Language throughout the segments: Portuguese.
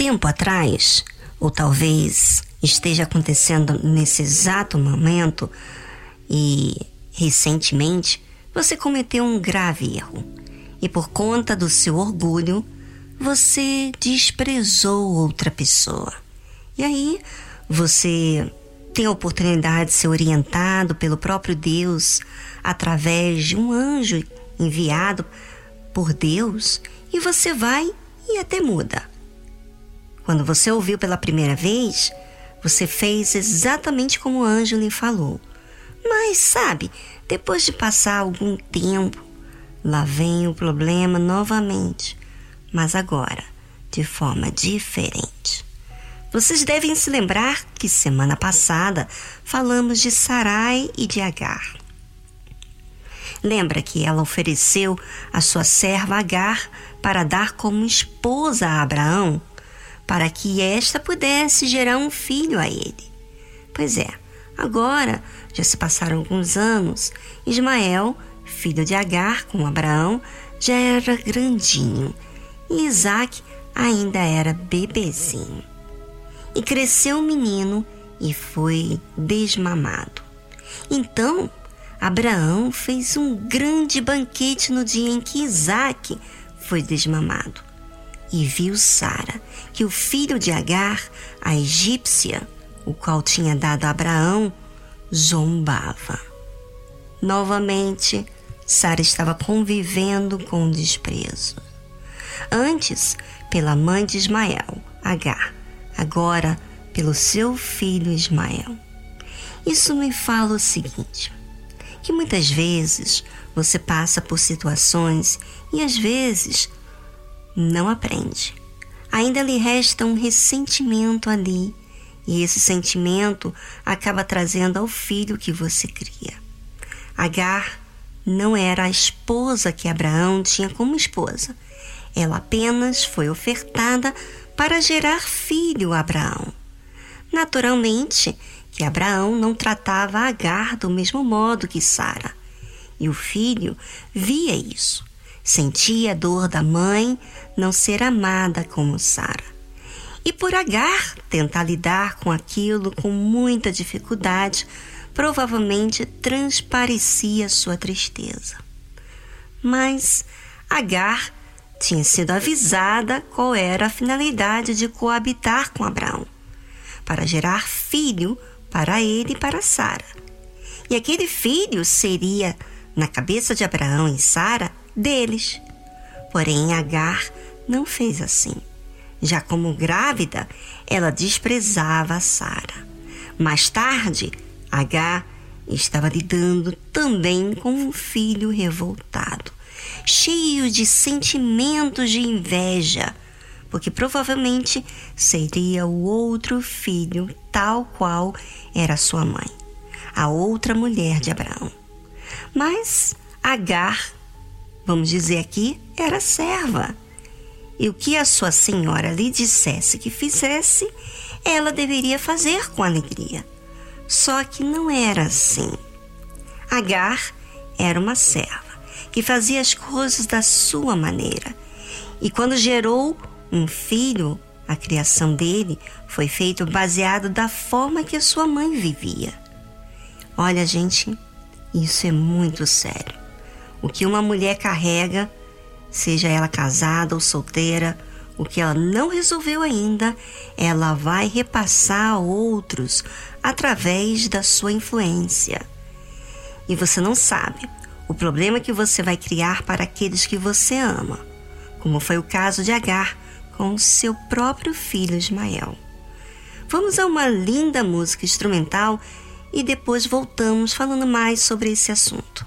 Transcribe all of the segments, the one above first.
tempo atrás, ou talvez esteja acontecendo nesse exato momento e recentemente, você cometeu um grave erro. E por conta do seu orgulho, você desprezou outra pessoa. E aí, você tem a oportunidade de ser orientado pelo próprio Deus através de um anjo enviado por Deus, e você vai e até muda. Quando você ouviu pela primeira vez, você fez exatamente como o anjo lhe falou. Mas, sabe, depois de passar algum tempo, lá vem o problema novamente, mas agora de forma diferente. Vocês devem se lembrar que semana passada falamos de Sarai e de Agar. Lembra que ela ofereceu a sua serva Agar para dar como esposa a Abraão, para que esta pudesse gerar um filho a ele. Pois é, agora já se passaram alguns anos. Ismael, filho de Agar com Abraão, já era grandinho e Isaac ainda era bebezinho. E cresceu o menino e foi desmamado. Então, Abraão fez um grande banquete no dia em que Isaac foi desmamado. E viu Sara, que o filho de Agar, a egípcia, o qual tinha dado a Abraão, zombava. Novamente, Sara estava convivendo com desprezo. Antes, pela mãe de Ismael, Agar, agora pelo seu filho Ismael. Isso me fala o seguinte, que muitas vezes você passa por situações e às vezes não aprende. Ainda lhe resta um ressentimento ali, e esse sentimento acaba trazendo ao filho que você cria. Agar não era a esposa que Abraão tinha como esposa. Ela apenas foi ofertada para gerar filho a Abraão. Naturalmente que Abraão não tratava Agar do mesmo modo que Sara. E o filho via isso. Sentia a dor da mãe não ser amada como Sara. E por Agar tentar lidar com aquilo com muita dificuldade, provavelmente transparecia sua tristeza. Mas Agar tinha sido avisada qual era a finalidade de coabitar com Abraão, para gerar filho para ele e para Sara. E aquele filho seria, na cabeça de Abraão e Sara, deles. Porém, Agar não fez assim. Já como grávida, ela desprezava Sara. Mais tarde, Agar estava lidando também com um filho revoltado, cheio de sentimentos de inveja, porque provavelmente seria o outro filho tal qual era sua mãe, a outra mulher de Abraão. Mas Agar, vamos dizer aqui, era serva. E o que a sua senhora lhe dissesse que fizesse, ela deveria fazer com alegria. Só que não era assim. Agar era uma serva que fazia as coisas da sua maneira. E quando gerou um filho, a criação dele foi feita baseado da forma que a sua mãe vivia. Olha, gente, isso é muito sério. O que uma mulher carrega, seja ela casada ou solteira, o que ela não resolveu ainda, ela vai repassar a outros através da sua influência. E você não sabe o problema que você vai criar para aqueles que você ama, como foi o caso de Agar com seu próprio filho Ismael. Vamos a uma linda música instrumental e depois voltamos falando mais sobre esse assunto.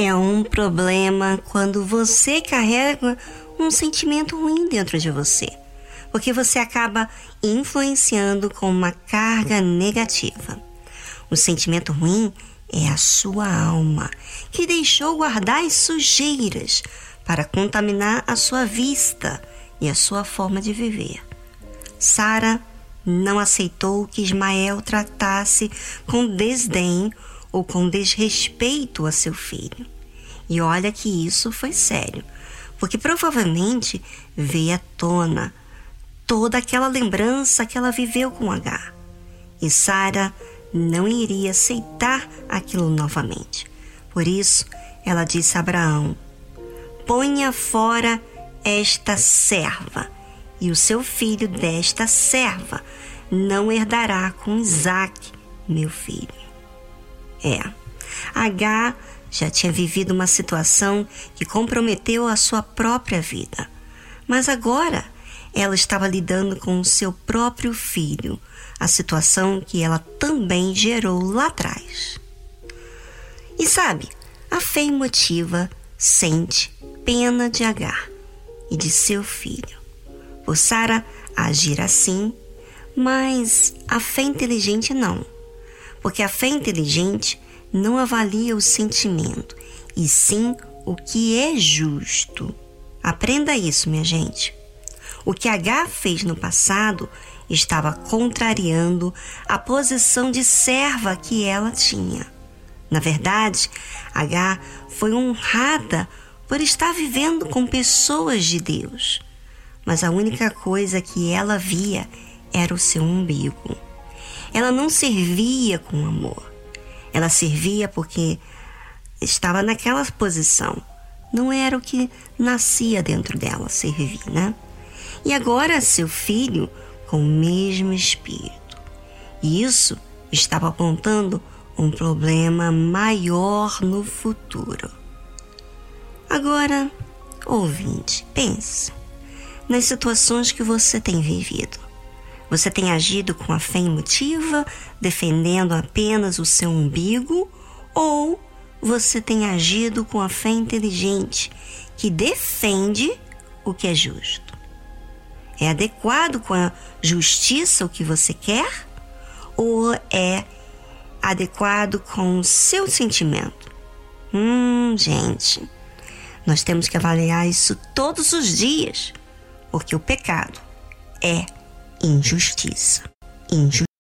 É um problema quando você carrega um sentimento ruim dentro de você, porque você acaba influenciando com uma carga negativa. O sentimento ruim é a sua alma, que deixou guardar as sujeiras para contaminar a sua vista e a sua forma de viver. Sara não aceitou que Ismael tratasse com desdém ou com desrespeito a seu filho. E olha que isso foi sério, porque provavelmente veio à tona toda aquela lembrança que ela viveu com Agar. E Sara não iria aceitar aquilo novamente. Por isso, ela disse a Abraão: ponha fora esta serva, e o seu filho desta serva não herdará com Isaque, meu filho. Agar já tinha vivido uma situação que comprometeu a sua própria vida. Mas agora ela estava lidando com o seu próprio filho, a situação que ela também gerou lá atrás. E sabe, a fé emotiva sente pena de Agar e de seu filho, por Sara agir assim, mas a fé inteligente não, porque a fé inteligente não avalia o sentimento, e sim o que é justo. Aprenda isso, minha gente. O que Agar fez no passado estava contrariando a posição de serva que ela tinha. Na verdade, Agar foi honrada por estar vivendo com pessoas de Deus, mas a única coisa que ela via era o seu umbigo. Ela não servia com amor. Ela servia porque estava naquela posição. Não era o que nascia dentro dela servir, né? E agora seu filho com o mesmo espírito. E isso estava apontando um problema maior no futuro. Agora, ouvinte, pense nas situações que você tem vivido. Você tem agido com a fé emotiva, defendendo apenas o seu umbigo, ou você tem agido com a fé inteligente, que defende o que é justo? É adequado com a justiça o que você quer? Ou é adequado com o seu sentimento? Gente, nós temos que avaliar isso todos os dias, porque o pecado é injustiça.